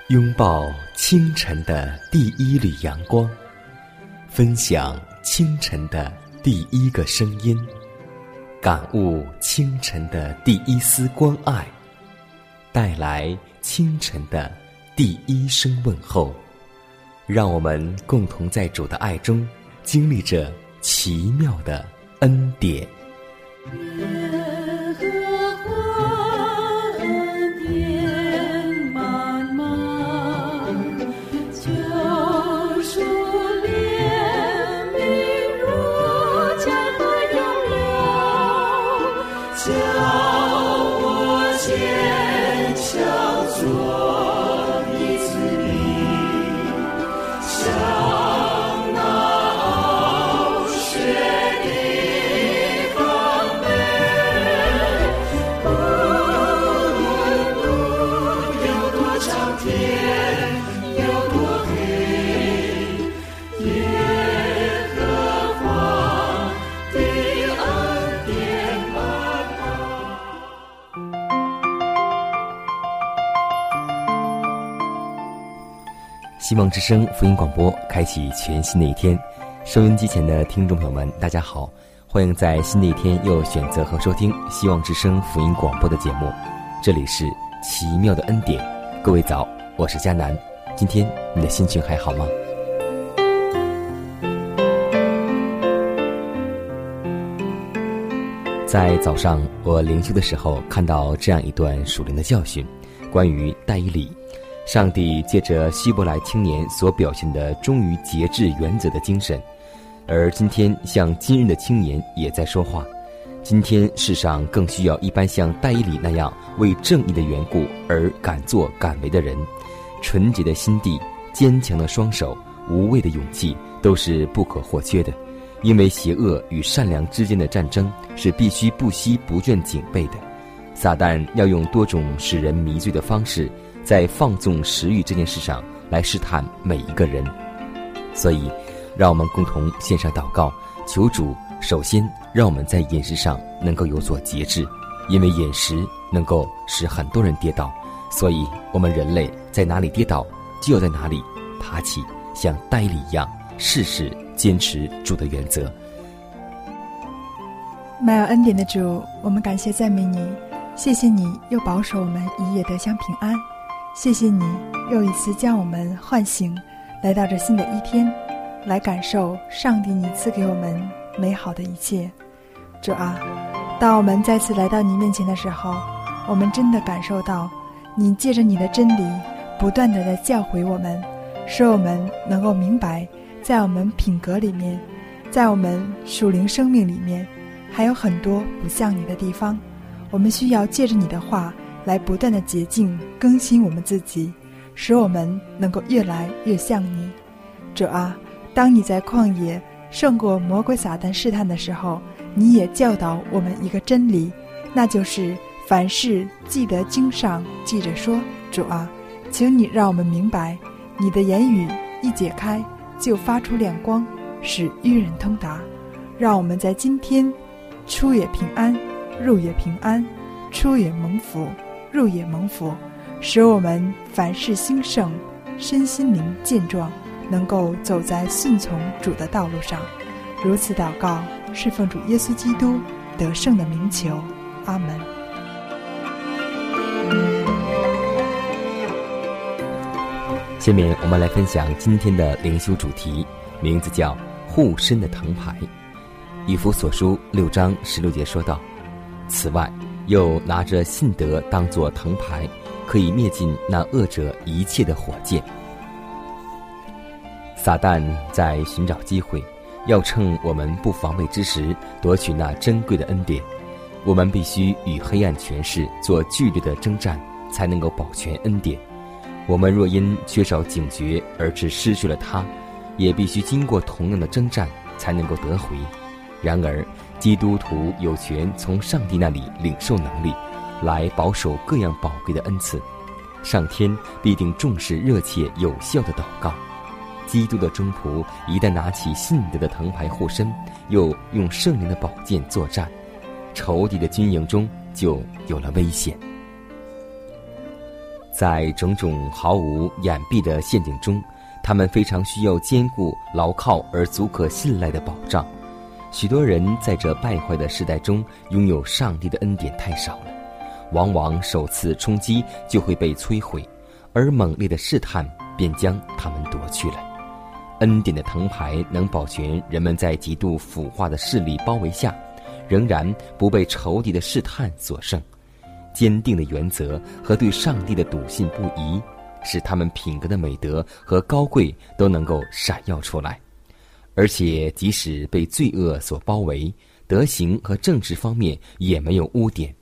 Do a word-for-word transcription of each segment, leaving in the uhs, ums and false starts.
拥抱清晨的第一缕阳光，分享清晨的第一个声音，感悟清晨的第一丝关爱，带来清晨的第一声问候。让我们共同在主的爱中经历着奇妙的恩典。希望之声福音广播开启全新的一天，收音机前的听众朋友们大家好，欢迎在新的一天又选择和收听希望之声福音广播的节目，这里是奇妙的恩典。各位早，我是佳南，今天你的心情还好吗？在早上我灵修的时候看到这样一段属灵的教训，关于代礼。上帝借着希伯来青年所表现的忠于节制原则的精神，而今天像今日的青年也在说话。今天世上更需要一般像戴以礼那样为正义的缘故而敢作敢为的人。纯洁的心地、坚强的双手、无畏的勇气都是不可或缺的，因为邪恶与善良之间的战争是必须不惜不倦警备的。撒旦要用多种使人迷醉的方式在放纵食欲这件事上来试探每一个人，所以让我们共同献上祷告，求主首先让我们在饮食上能够有所节制，因为饮食能够使很多人跌倒，所以我们人类在哪里跌倒就要在哪里爬起，像戴礼一样事事坚持主的原则。 满有恩典的主，我们感谢赞美你，谢谢你又保守我们一夜得享平安，谢谢你又一次将我们唤醒，来到这新的一天，来感受上帝你赐给我们美好的一切。主啊，当我们再次来到你面前的时候，我们真的感受到你借着你的真理不断地在教诲我们，使我们能够明白在我们品格里面，在我们属灵生命里面还有很多不像你的地方，我们需要借着你的话来不断的洁净更新我们自己，使我们能够越来越像你。主啊，当你在旷野胜过魔鬼撒旦试探的时候，你也教导我们一个真理，那就是凡事记得经上记着说。主啊，请你让我们明白，你的言语一解开就发出亮光，使愚人通达。让我们在今天出也平安，入也平安，出也蒙福，入也蒙福，使我们凡事兴盛，身心灵健壮，能够走在顺从主的道路上。如此祷告，是奉主耶稣基督得胜的名求，阿门。 下面我们来分享今天的灵修主题，名字叫护身的藤牌。以弗所书六章十六节说道，此外又拿着信德当作藤牌，可以灭尽那恶者一切的火箭。撒旦在寻找机会，要趁我们不防备之时夺取那珍贵的恩典。我们必须与黑暗权势做剧烈的征战，才能够保全恩典。我们若因缺少警觉而只失去了它，也必须经过同样的征战才能够得回。然而基督徒有权从上帝那里领受能力，来保守各样宝贵的恩赐。上天必定重视热切有效的祷告。基督的忠仆一旦拿起信德的藤牌护身，又用圣灵的宝剑作战，仇敌的军营中就有了危险。 在种种毫无掩蔽的陷阱中，他们非常需要坚固牢靠而足可信赖的保障。许多人在这败坏的时代中拥有上帝的恩典太少了，往往首次冲击就会被摧毁，而猛烈的试探便将他们夺去了。恩典的藤牌能保全人们在极度腐化的势力包围下，仍然不被仇敌的试探所胜。坚定的原则和对上帝的笃信不疑，使他们品格的美德和高贵都能够闪耀出来。而且即使被罪恶所包围，德行和政治方面也没有污点。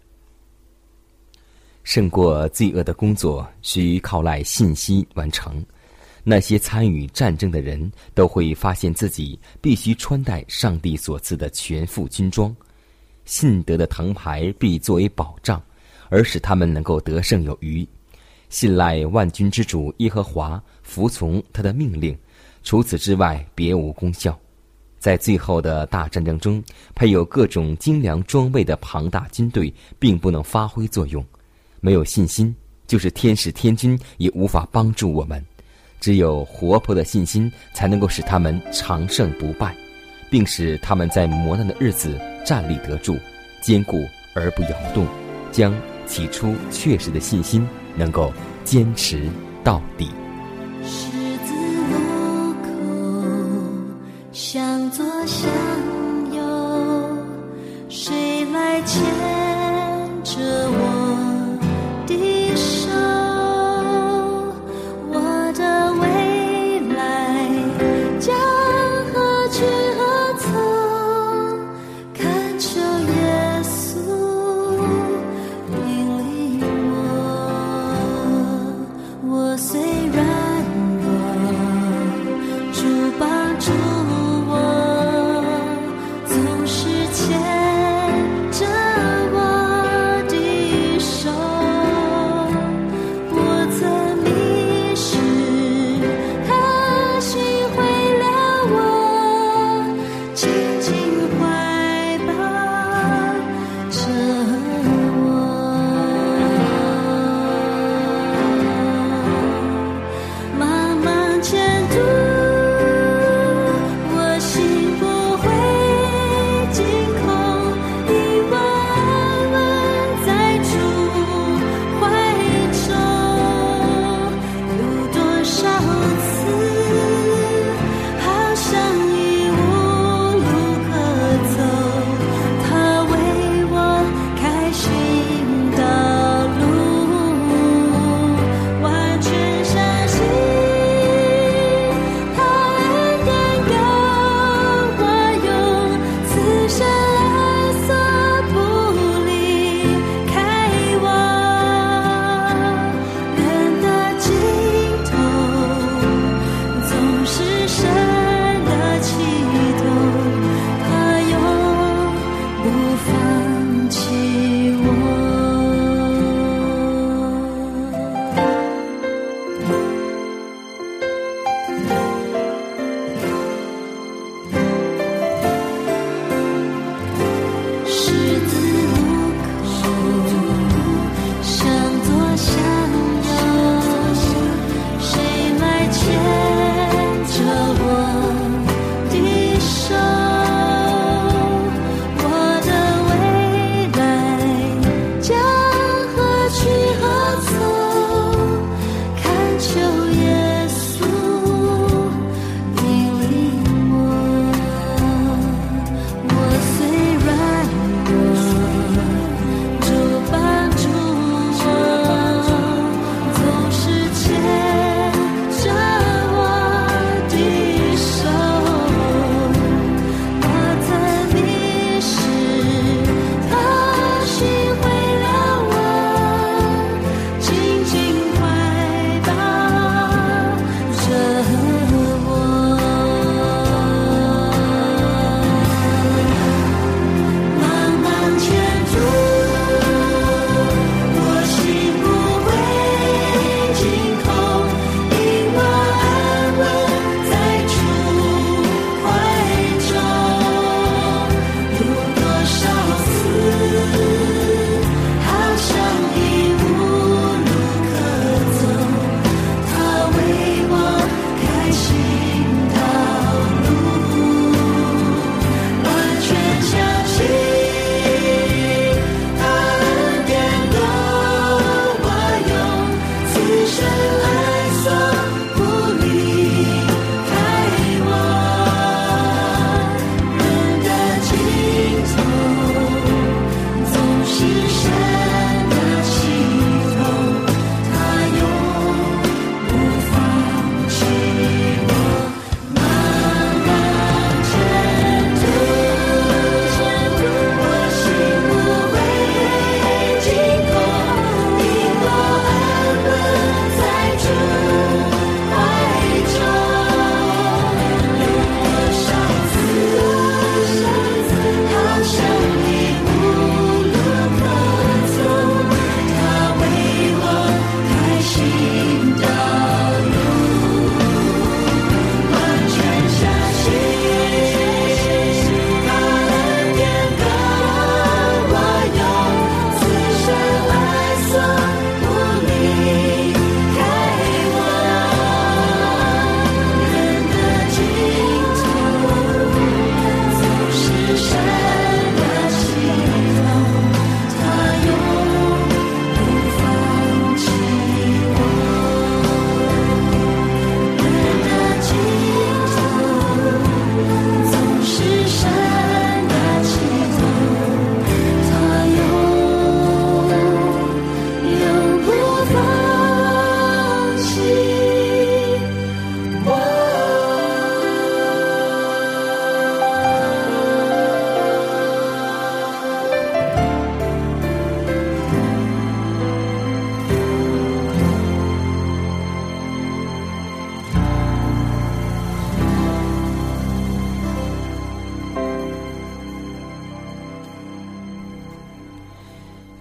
胜过罪恶的工作需靠赖信息完成。那些参与战争的人都会发现自己必须穿戴上帝所赐的全副军装，信德的藤牌必作为保障，而使他们能够得胜有余。信赖万军之主耶和华，服从他的命令，除此之外别无功效。在最后的大战争中，配有各种精良装备的庞大军队并不能发挥作用。没有信心，就是天使天军也无法帮助我们。只有活泼的信心才能够使他们长胜不败，并使他们在磨难的日子站立得住，坚固而不摇动，将起初确实的信心能够坚持到底。 十字路口，向左向右，谁来牵着我的手？我的未来将何去何从？恳求耶稣引领我。我虽软弱，主帮助我，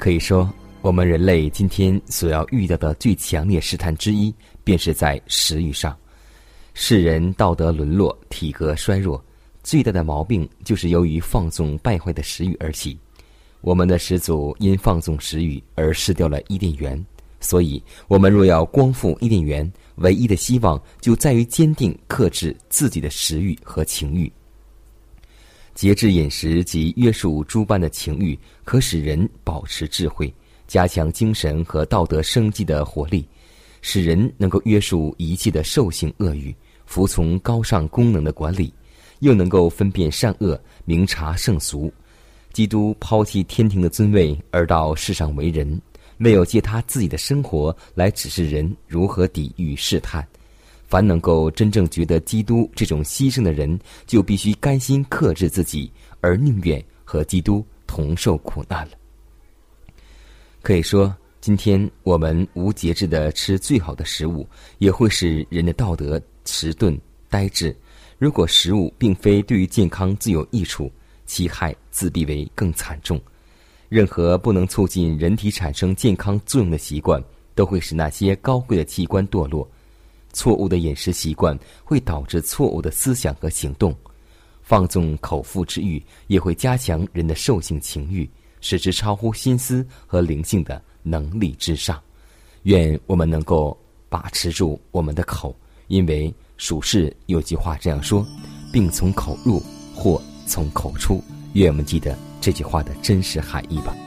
可以说，我们人类今天所要遇到的最强烈试探之一，便是在食欲上。世人道德沦落，体格衰弱，最大的毛病就是由于放纵败坏的食欲而起。我们的始祖因放纵食欲而失掉了伊甸园，所以我们若要光复伊甸园，唯一的希望就在于坚定克制自己的食欲和情欲。节制饮食及约束诸般的情欲，可使人保持智慧，加强精神和道德生机的活力，使人能够约束一切的兽性恶欲，服从高尚功能的管理，又能够分辨善恶，明察圣俗。基督抛弃天庭的尊位而到世上为人，没有借他自己的生活来指示人如何抵御试探。凡能够真正觉得基督这种牺牲的人，就必须甘心克制自己，而宁愿和基督同受苦难了。可以说，今天我们无节制地吃最好的食物，也会使人的道德迟钝呆滞。如果食物并非对于健康自有益处，其害自必为更惨重。任何不能促进人体产生健康作用的习惯，都会使那些高贵的器官堕落。错误的饮食习惯会导致错误的思想和行动，放纵口腹之欲也会加强人的兽性情欲，使之超乎心思和灵性的能力之上。愿我们能够把持住我们的口，因为属世有句话这样说：病从口入，祸从口出。愿我们记得这句话的真实含义吧。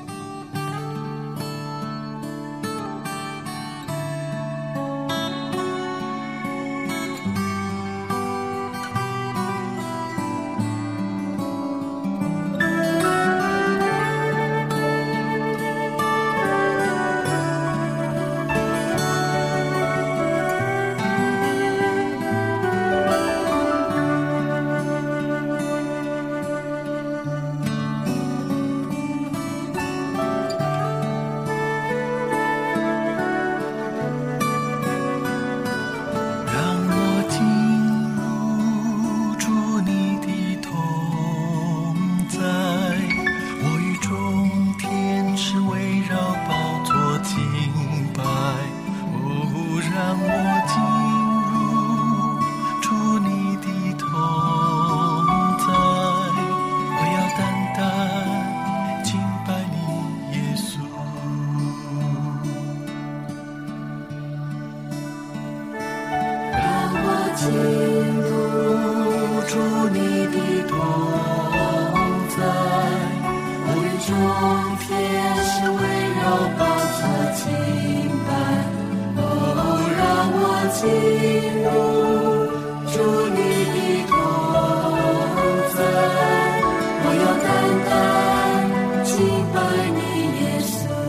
进入主你的同在，我与众天使围绕宝座敬拜。哦，让我进入主你的同在，我要单单敬拜你耶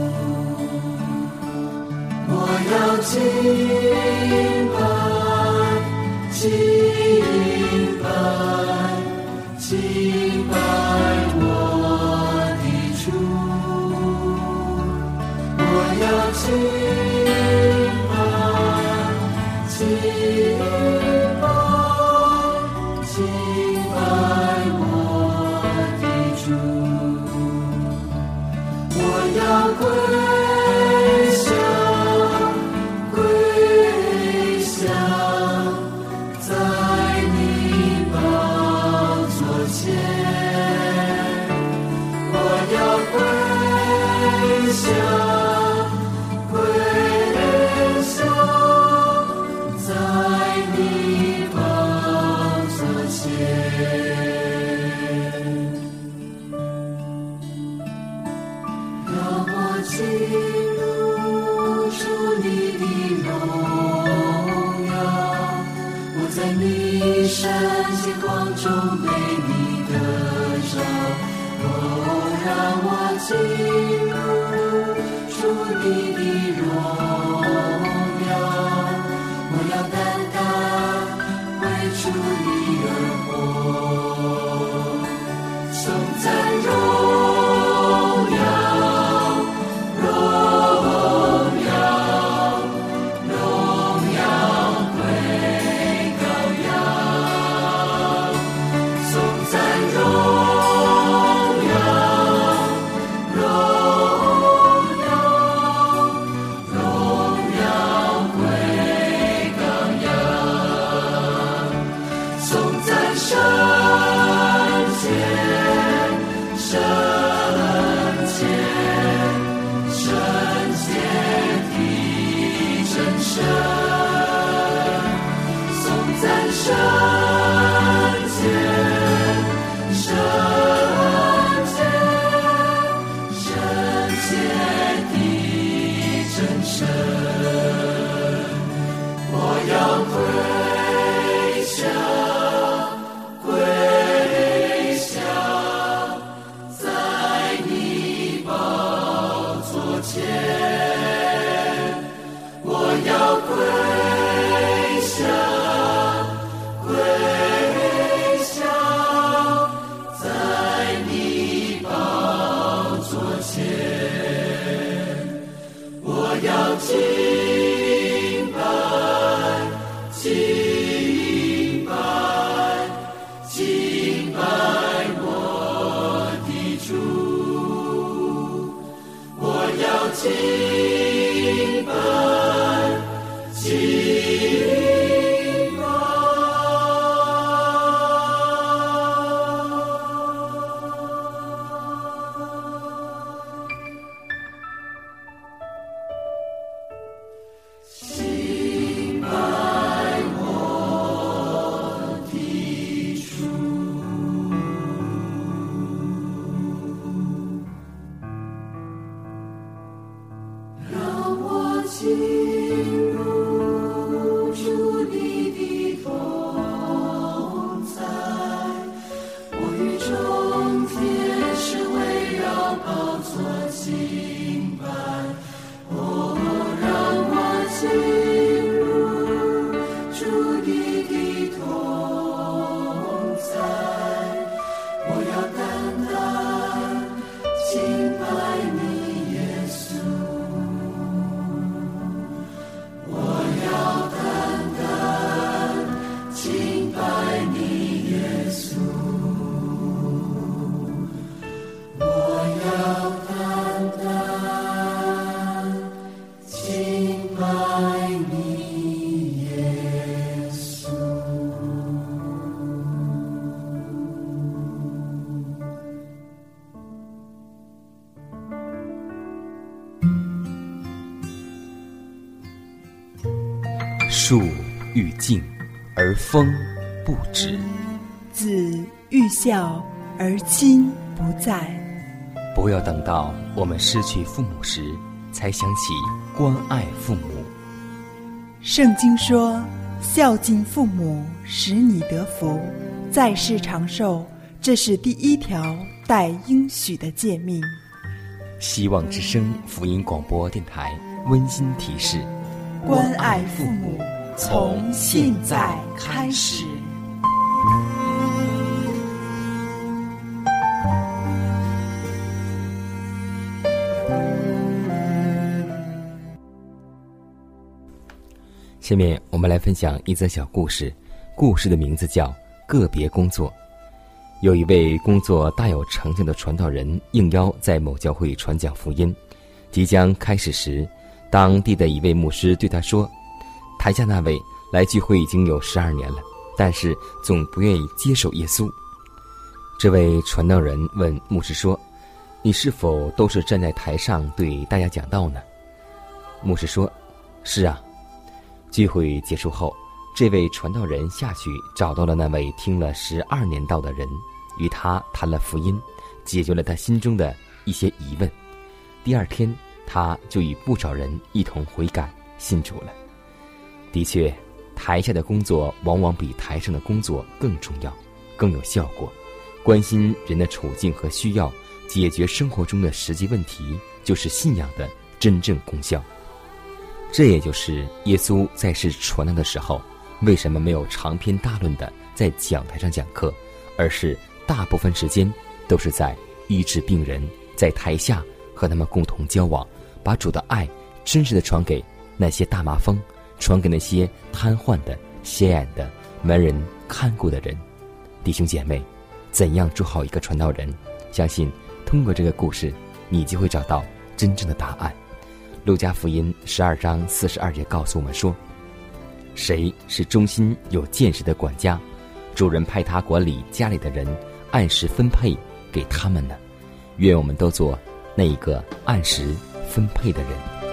稣，我要敬拜。敬拜，敬拜我的主，我要敬拜，敬拜，敬拜我的主，我要跪下，跪下。在你宝座前，我要跪下，跪下，在你宝座前，让我进入主你的荣耀。在你圣洁光中被你得着，哦，让我进入主你的荣耀，我要单单为主你而活，颂赞荣耀，荣耀，荣耀归。荣耀，荣圣洁，圣洁，圣洁的真神，颂赞圣洁，圣洁，圣洁的真神，我要跪下，跪下，在你宝座前，我要跪下，跪下，在你宝座前，我要敬拜，敬拜，敬拜我的主，我要敬拜，敬拜。敬拜我的主，让我进入主你的同在，我与众天使围绕宝座敬拜。哦，让我进入主你的同在，我要单单敬拜你耶稣，我要单单敬拜你耶稣，我要单单敬拜你耶稣。 树欲静而风不止， 子欲孝而亲不在。 不要等到我们失去父母时才想起关爱父母。 圣经说，孝敬父母使你得福，在世长寿，这是第一条带应许的诫命。 希望之声福音广播电台温馨提示： 关爱父母，从现在开始。 下面我们来分享一则小故事，故事的名字叫《个别工作》。有一位工作大有成就的传道人应邀在某教会传讲福音，即将开始时，当地的一位牧师对他说：台下那位来聚会已经有十二年了，但是总不愿意接受耶稣。这位传道人问牧师说：你是否都是站在台上对大家讲道呢？牧师说：是啊。聚会结束后，这位传道人下去找到了那位听了十二年道的人，与他谈了福音，解决了他心中的一些疑问。第二天，他就与不少人一同悔改信主了。的确，台下的工作往往比台上的工作更重要，更有效果。关心人的处境和需要，解决生活中的实际问题，就是信仰的真正功效。这也就是耶稣在世传道的时候，为什么没有长篇大论的在讲台上讲课，而是大部分时间都是在医治病人，在台下和他们共同交往，把主的爱真实的传给那些大麻风，传给那些瘫痪的、瞎眼的、没人看顾的人。弟兄姐妹，怎样做好一个传道人？相信通过这个故事，你就会找到真正的答案。路加福音十二章四十二节告诉我们说：谁是忠心有见识的管家， 主人派他管理家里的人按时分配给他们呢？愿我们都做那一个按时分配的人。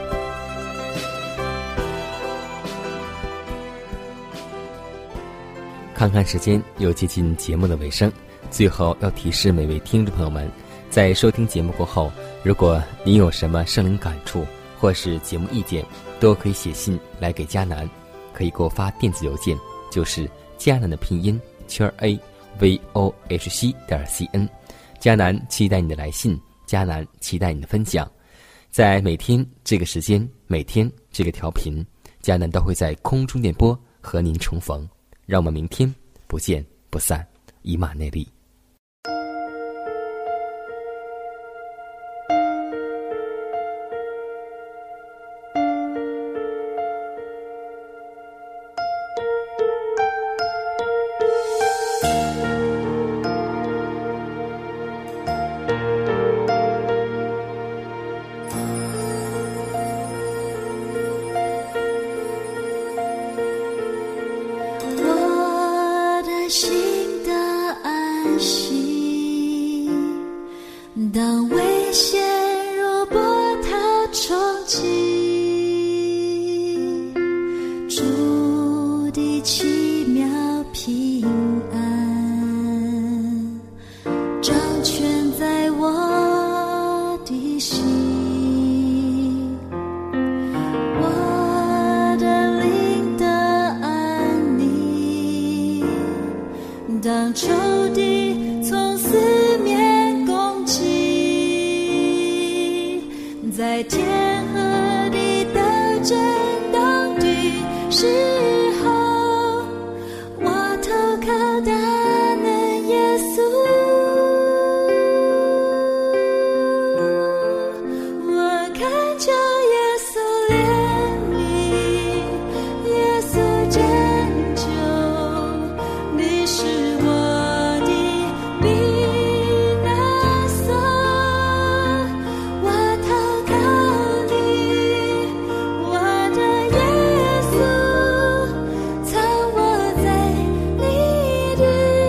看看时间，又接近节目的尾声，最后要提示每位听众朋友们，在收听节目过后，如果您有什么圣灵感触或是节目意见，都可以写信来给迦南，可以给我发电子邮件，就是迦南的拼音圈 a v o h c 点 c n。迦南期待你的来信，迦南期待你的分享。在每天这个时间，每天这个调频，迦南都会在空中电波和您重逢。让我们明天不见不散，以马内利。 当危险如波涛冲击，主的奇妙平安掌权在我的心，我的灵得安宁。当仇敌从四面攻击，在天和地的震荡的时候，我投靠大能耶稣，我恳求耶稣怜悯，耶稣拯救，你是我的避难所，我投靠你，我的耶稣，藏我在你的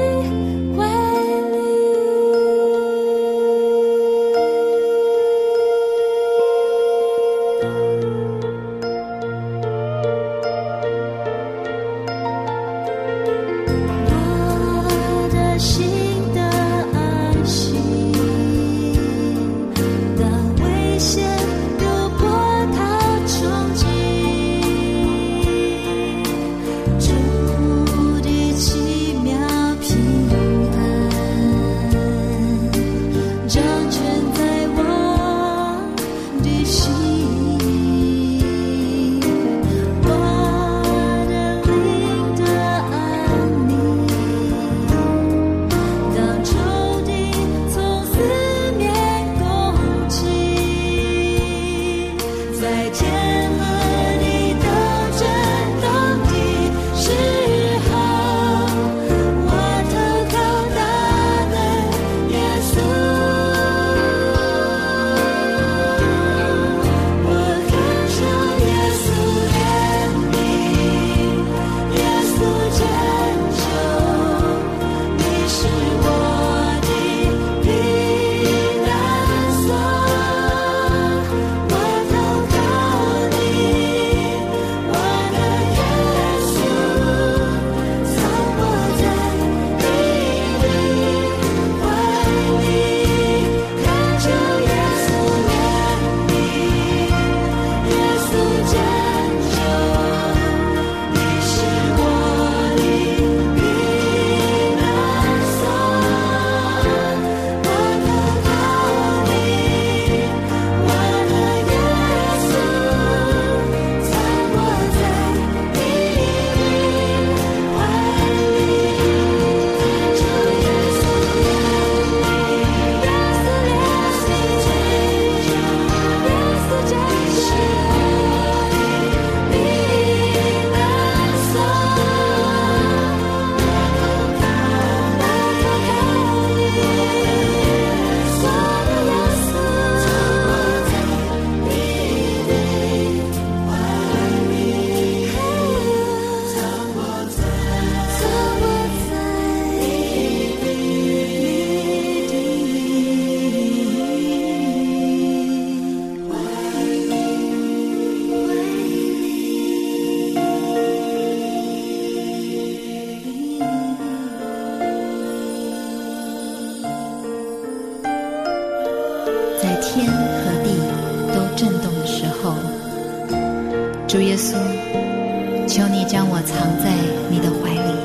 天和地都震动的时候，主耶稣，求你将我藏在你的怀里，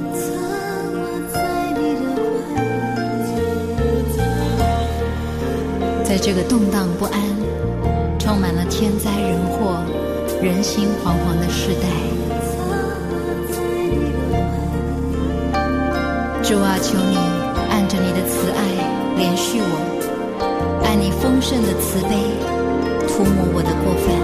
在这个动荡不安、充满了天灾人祸、人心惶惶的时代，主啊，求你按着你的慈爱怜恤我，按你丰盛的慈悲涂抹我的过犯。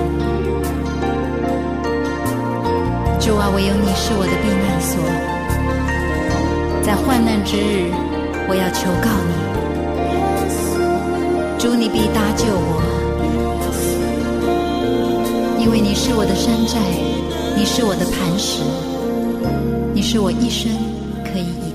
主啊，唯有你是我的避难所，在患难之日，我要求告你。主，你必搭救我，因为你是我的山寨，你是我的磐石，你是我一生可以依